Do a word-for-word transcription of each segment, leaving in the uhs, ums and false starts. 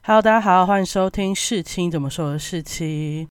Hello， 大家好，欢迎收听世青怎么说的世青。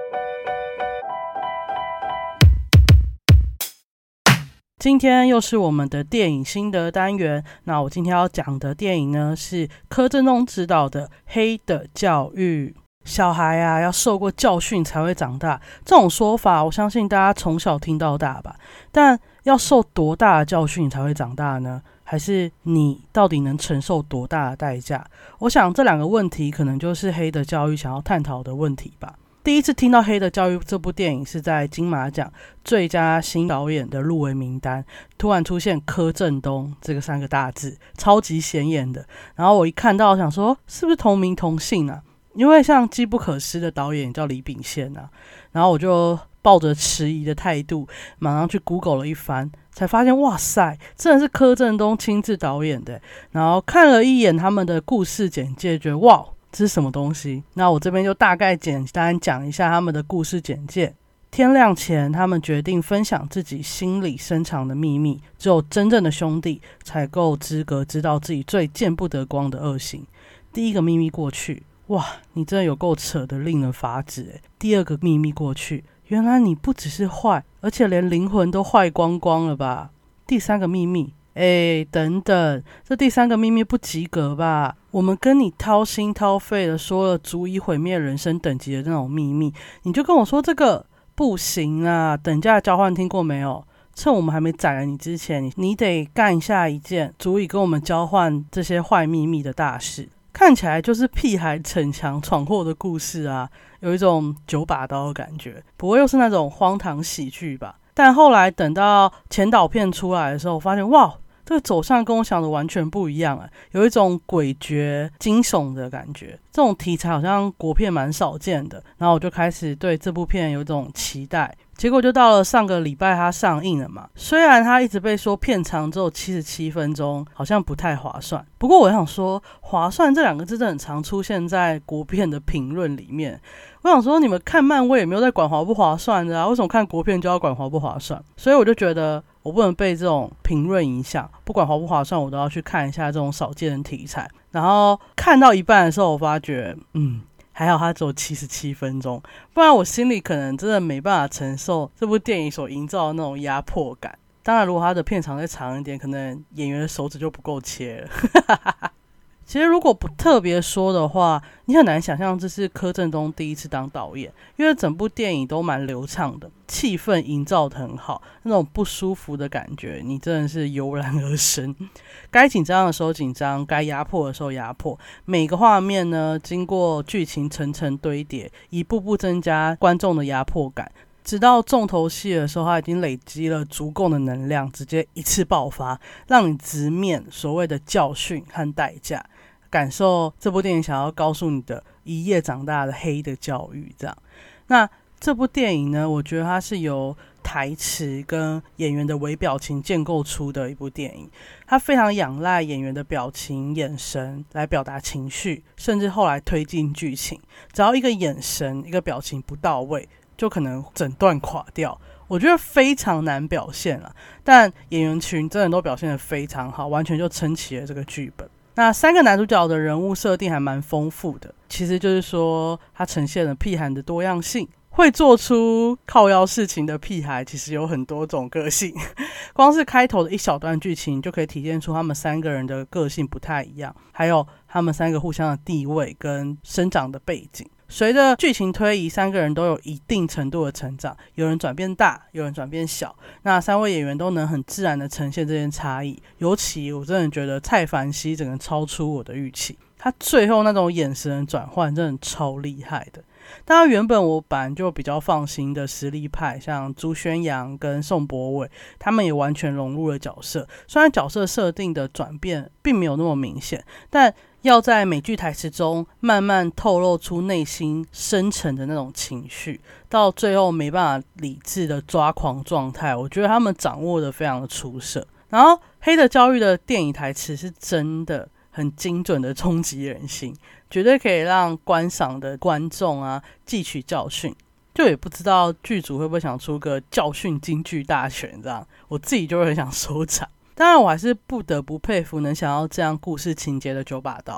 今天又是我们的电影心得单元，那我今天要讲的电影呢是柯震东执导的《黑的教育》。小孩啊，要受过教训才会长大，这种说法我相信大家从小听到大吧。但要受多大的教训才会长大呢？还是你到底能承受多大的代价？我想这两个问题可能就是《黑的教育》想要探讨的问题吧。第一次听到《黑的教育》这部电影是在金马奖最佳新导演的入围名单，突然出现柯震东这个三个大字，超级显眼的。然后我一看到想说是不是同名同姓啊？因为像《机不可失》的导演叫李秉宪啊，然后我就抱着迟疑的态度马上去 Google 了一番，才发现哇塞，真的是柯震东亲自导演的。然后看了一眼他们的故事简介，觉得哇，这是什么东西？那我这边就大概简单讲一下他们的故事简介。天亮前，他们决定分享自己心里深藏的秘密，只有真正的兄弟才够资格知道自己最见不得光的恶行。第一个秘密过去，哇，你真的有够扯的，令人发指耶。第二个秘密过去，原来你不只是坏，而且连灵魂都坏光光了吧？第三个秘密，哎，等等，这第三个秘密不及格吧？我们跟你掏心掏肺的说了足以毁灭人生等级的那种秘密，你就跟我说这个不行啊？等价交换听过没有？趁我们还没宰了你之前，你你得干下一件足以跟我们交换这些坏秘密的大事。看起来就是屁孩逞强闯祸的故事啊，有一种九把刀的感觉，不会又是那种荒唐喜剧吧？但后来等到前导片出来的时候，我发现哇，这个走向跟我想的完全不一样啊，有一种诡谲惊悚的感觉。这种题材好像国片蛮少见的，然后我就开始对这部片有一种期待。结果就到了上个礼拜它上映了嘛，虽然它一直被说片长只有七十七分钟，好像不太划算。不过我想说，划算这两个字真的很常出现在国片的评论里面。我想说，你们看漫威也没有在管划不划算的啊，为什么看国片就要管划不划算？所以我就觉得我不能被这种评论影响，不管划不划算，我都要去看一下这种少见的题材。然后看到一半的时候，我发觉，嗯。还好它只有七十七分钟，不然我心里可能真的没办法承受这部电影所营造的那种压迫感。当然如果它的片长再长一点，可能演员的手指就不够切了其实如果不特别说的话，你很难想象这是柯震东第一次当导演，因为整部电影都蛮流畅的，气氛营造得很好，那种不舒服的感觉你真的是油然而生。该紧张的时候紧张，该压迫的时候压迫，每个画面呢经过剧情层层堆叠，一步步增加观众的压迫感，直到重头戏的时候，它已经累积了足够的能量，直接一次爆发，让你直面所谓的教训和代价，感受这部电影想要告诉你的一夜长大的黑的教育。这样，那这部电影呢，我觉得它是由台词跟演员的微表情建构出的一部电影，它非常仰赖演员的表情眼神来表达情绪，甚至后来推进剧情。只要一个眼神一个表情不到位，就可能整段垮掉，我觉得非常难表现了。但演员群真的都表现得非常好，完全就撑起了这个剧本。那三个男主角的人物设定还蛮丰富的，其实就是说它呈现了屁孩的多样性。会做出靠腰事情的屁孩其实有很多种个性光是开头的一小段剧情就可以体现出他们三个人的个性不太一样，还有他们三个互相的地位跟生长的背景。随着剧情推移，三个人都有一定程度的成长，有人转变大，有人转变小，那三位演员都能很自然的呈现这件差异。尤其我真的觉得蔡凡熙整个超出我的预期，他最后那种眼神的转换真的超厉害的。当然原本我本来就比较放心的实力派，像朱宣阳跟宋博伟，他们也完全融入了角色，虽然角色设定的转变并没有那么明显，但要在每句台词中慢慢透露出内心深沉的那种情绪，到最后没办法理智的抓狂状态，我觉得他们掌握的非常的出色。然后黑的教育的电影台词是真的很精准的冲击人心，绝对可以让观赏的观众啊汲取教训。就也不知道剧组会不会想出个教训金句大全这样，我自己就会很想收场。当然我还是不得不佩服能想要这样故事情节的九把刀，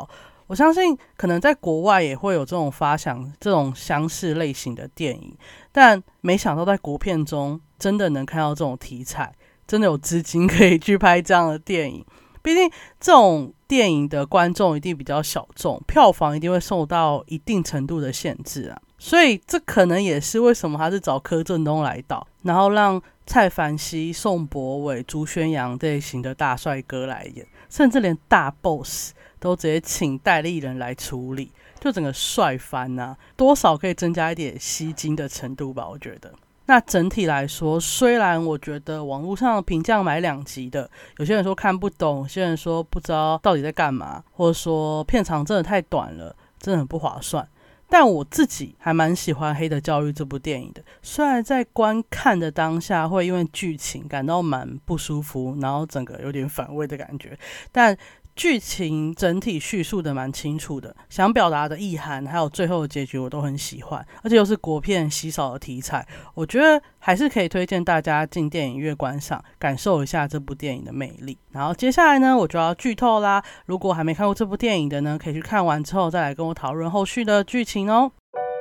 我相信可能在国外也会有这种发想这种相似类型的电影，但没想到在国片中真的能看到这种题材，真的有资金可以去拍这样的电影。毕竟这种电影的观众一定比较小众，票房一定会受到一定程度的限制啊，所以这可能也是为什么他是找柯震东来导，然后让蔡凡熙、宋博伟、朱宣阳这类型的大帅哥来演，甚至连大 boss 都直接请代理人来处理，就整个帅翻啊，多少可以增加一点吸睛的程度吧，我觉得。那整体来说，虽然我觉得网络上评价买两集的，有些人说看不懂，有些人说不知道到底在干嘛，或者说片长真的太短了，真的很不划算，但我自己还蛮喜欢《黑的教育》这部电影的。虽然在观看的当下会因为剧情感到蛮不舒服，然后整个有点反胃的感觉，但剧情整体叙述的蛮清楚的，想表达的意涵还有最后的结局我都很喜欢，而且又是国片稀少的题材，我觉得还是可以推荐大家进电影院观赏，感受一下这部电影的魅力。然后接下来呢，我就要剧透啦，如果还没看过这部电影的呢，可以去看完之后再来跟我讨论后续的剧情哦。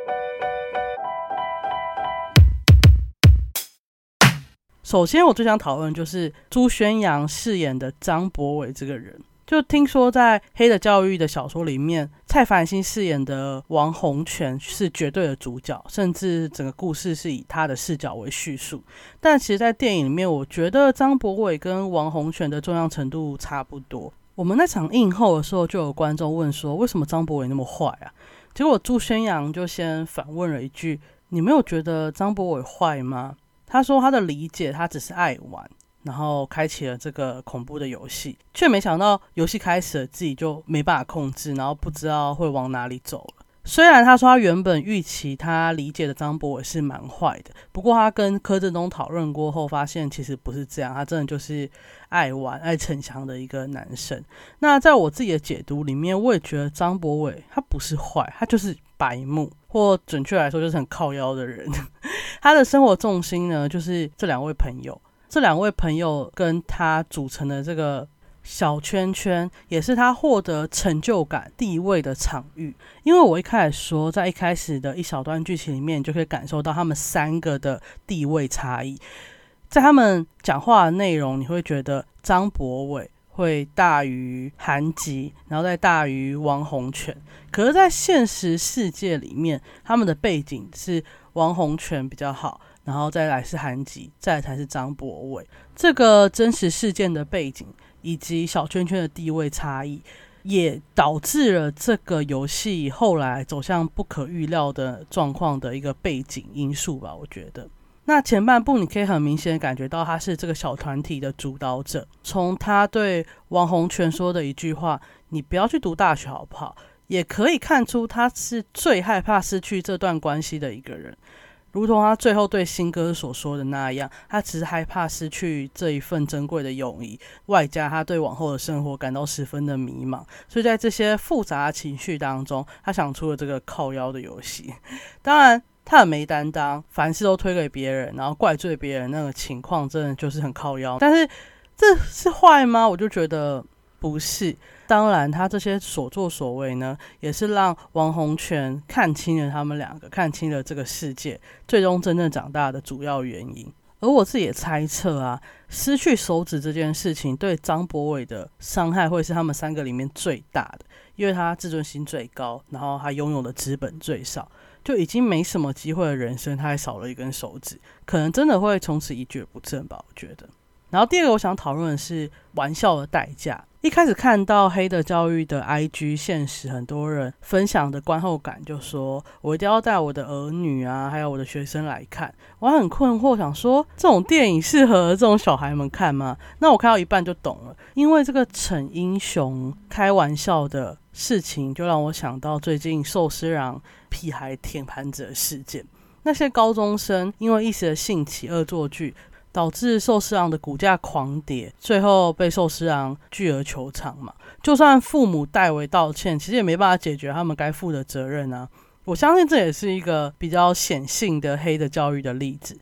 首先我最想讨论就是朱宣阳饰演的张博伟这个人。就听说在《黑的教育》的小说里面，蔡凡熙饰演的王洪权是绝对的主角，甚至整个故事是以他的视角为叙述。但其实在电影里面，我觉得张博伟跟王洪权的重要程度差不多。我们那场映后的时候，就有观众问说，为什么张博伟那么坏啊？结果朱宣阳就先反问了一句，你没有觉得张博伟坏吗？他说他的理解，他只是爱玩，然后开启了这个恐怖的游戏，却没想到游戏开始了自己就没办法控制，然后不知道会往哪里走了。虽然他说他原本预期他理解的张博伟是蛮坏的，不过他跟柯震东讨论过后发现其实不是这样，他真的就是爱玩爱逞强的一个男生。那在我自己的解读里面，我也觉得张博伟他不是坏，他就是白目，或准确来说就是很靠腰的人。他的生活重心呢，就是这两位朋友，这两位朋友跟他组成的这个小圈圈，也是他获得成就感地位的场域。因为我一开始说，在一开始的一小段剧情里面，你就可以感受到他们三个的地位差异。在他们讲话的内容，你会觉得张博伟会大于韩吉，然后再大于王洪权。可是在现实世界里面，他们的背景是王洪权比较好，然后再来是韩吉，再来才是张博伟。这个真实事件的背景以及小圈圈的地位差异，也导致了这个游戏后来走向不可预料的状况的一个背景因素吧，我觉得。那前半部你可以很明显感觉到他是这个小团体的主导者，从他对王洪权说的一句话，你不要去读大学好不好，也可以看出他是最害怕失去这段关系的一个人。如同他最后对新哥所说的那样，他只是害怕失去这一份珍贵的友谊，外加他对往后的生活感到十分的迷茫，所以在这些复杂的情绪当中，他想出了这个靠腰的游戏。当然他很没担当，凡事都推给别人，然后怪罪别人，那个情况真的就是很靠腰。但是这是坏吗？我就觉得不是。当然他这些所作所为呢，也是让王洪权看清了他们两个，看清了这个世界，最终真正长大的主要原因。而我自己也猜测啊，失去手指这件事情对张博伟的伤害会是他们三个里面最大的，因为他自尊心最高，然后他拥有的资本最少，就已经没什么机会的人生，他还少了一根手指，可能真的会从此一蹶不振吧，我觉得。然后第二个我想讨论的是玩笑的代价。一开始看到黑的教育的 I G 现实，很多人分享的观后感就说，我一定要带我的儿女啊，还有我的学生来看。我还很困惑，想说这种电影适合这种小孩们看吗？那我看到一半就懂了，因为这个逞英雄开玩笑的事情，就让我想到最近寿司郎屁孩舔盘子的事件。那些高中生因为一时的兴起恶作剧，导致寿司郎的股价狂跌，最后被寿司郎巨额求偿嘛。就算父母代为道歉，其实也没办法解决他们该负的责任啊。我相信这也是一个比较显性的黑的教育的例子。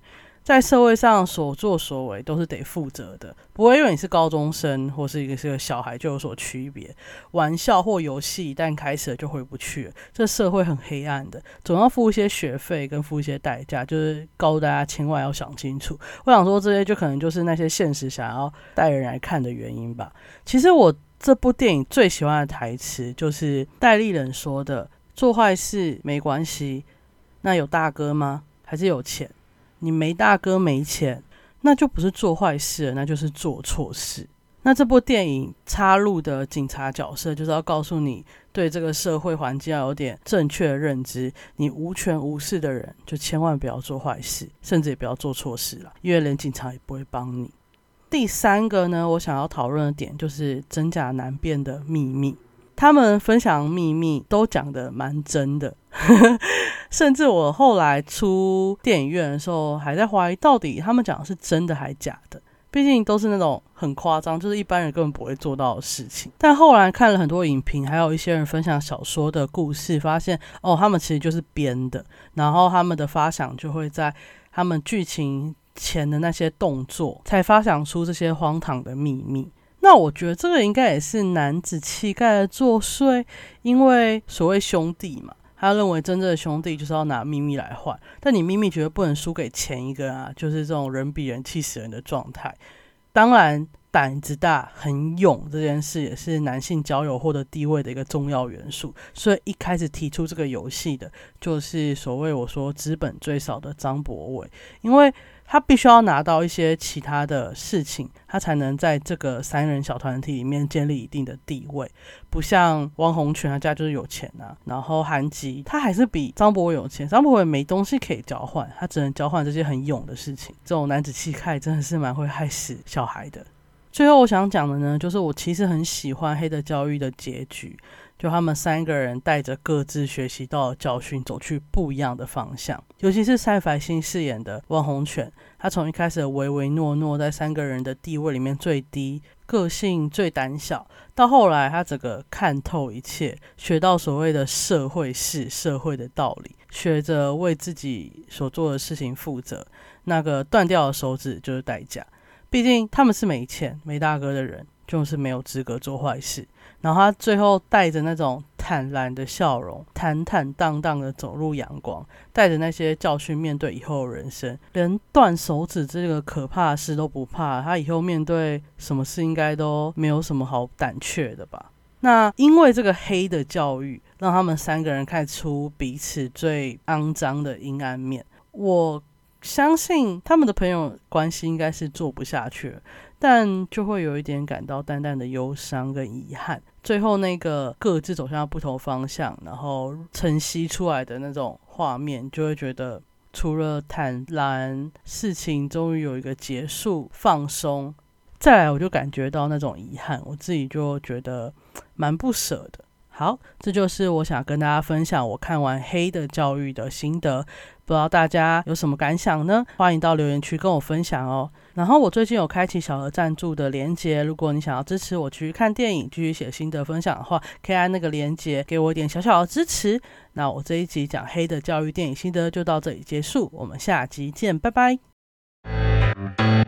在社会上所作所为都是得负责的，不会因为你是高中生或是一个是个小孩就有所区别。玩笑或游戏一旦开始了就回不去了，这社会很黑暗的，总要付一些学费跟付一些代价，就是告诉大家千万要想清楚。我想说这些就可能就是那些现实想要带人来看的原因吧。其实我这部电影最喜欢的台词就是戴立忍说的，做坏事没关系，那有大哥吗？还是有钱？你没大哥没钱，那就不是做坏事了，那就是做错事。那这部电影插入的警察角色就是要告诉你，对这个社会环境要有点正确的认知，你无权无势的人就千万不要做坏事，甚至也不要做错事了，因为连警察也不会帮你。第三个呢，我想要讨论的点就是真假难辨的秘密。他们分享秘密都讲得蛮真的甚至我后来出电影院的时候还在怀疑到底他们讲的是真的还假的，毕竟都是那种很夸张，就是一般人根本不会做到的事情。但后来看了很多影评，还有一些人分享小说的故事，发现哦，他们其实就是编的，然后他们的发想就会在他们剧情前的那些动作才发想出这些荒唐的秘密。那我觉得这个应该也是男子气概的作祟，因为所谓兄弟嘛，他认为真正的兄弟就是要拿秘密来换，但你秘密绝对不能输给前一个啊，就是这种人比人气死人的状态。当然胆子大很勇这件事也是男性交友获得地位的一个重要元素，所以一开始提出这个游戏的就是所谓我说资本最少的张博伟，因为他必须要拿到一些其他的事情，他才能在这个三人小团体里面建立一定的地位。不像汪洪权他家就是有钱啊，然后韩吉他还是比张博伟有钱，张博伟没东西可以交换，他只能交换这些很勇的事情。这种男子气概真的是蛮会害死小孩的。最后我想讲的呢，就是我其实很喜欢黑的教育的结局，就他们三个人带着各自学习到的教训走去不一样的方向。尤其是赛凡星饰演的汪洪权，他从一开始的唯唯诺诺，在三个人的地位里面最低，个性最胆小，到后来他整个看透一切，学到所谓的社会是社会的道理，学着为自己所做的事情负责，那个断掉的手指就是代价。毕竟他们是没钱没大哥的人，就是没有资格做坏事。然后他最后带着那种坦然的笑容，坦坦荡荡的走入阳光，带着那些教训面对以后的人生，连断手指这个可怕的事都不怕，他以后面对什么事应该都没有什么好胆怯的吧。那因为这个黑的教育，让他们三个人看出彼此最肮脏的阴暗面。我相信他们的朋友关系应该是做不下去了，但就会有一点感到淡淡的忧伤跟遗憾。最后那个各自走向不同方向，然后晨曦出来的那种画面，就会觉得除了坦然，事情终于有一个结束放松，再来我就感觉到那种遗憾，我自己就觉得蛮不舍的。好，这就是我想跟大家分享我看完黑的教育的心得，不知道大家有什么感想呢？欢迎到留言区跟我分享哦。然后我最近有开启小额赞助的连结，如果你想要支持我继续看电影继续写心得分享的话，可以按那个连结给我一点小小的支持。那我这一集讲黑的教育电影心得就到这里结束，我们下集见，拜拜。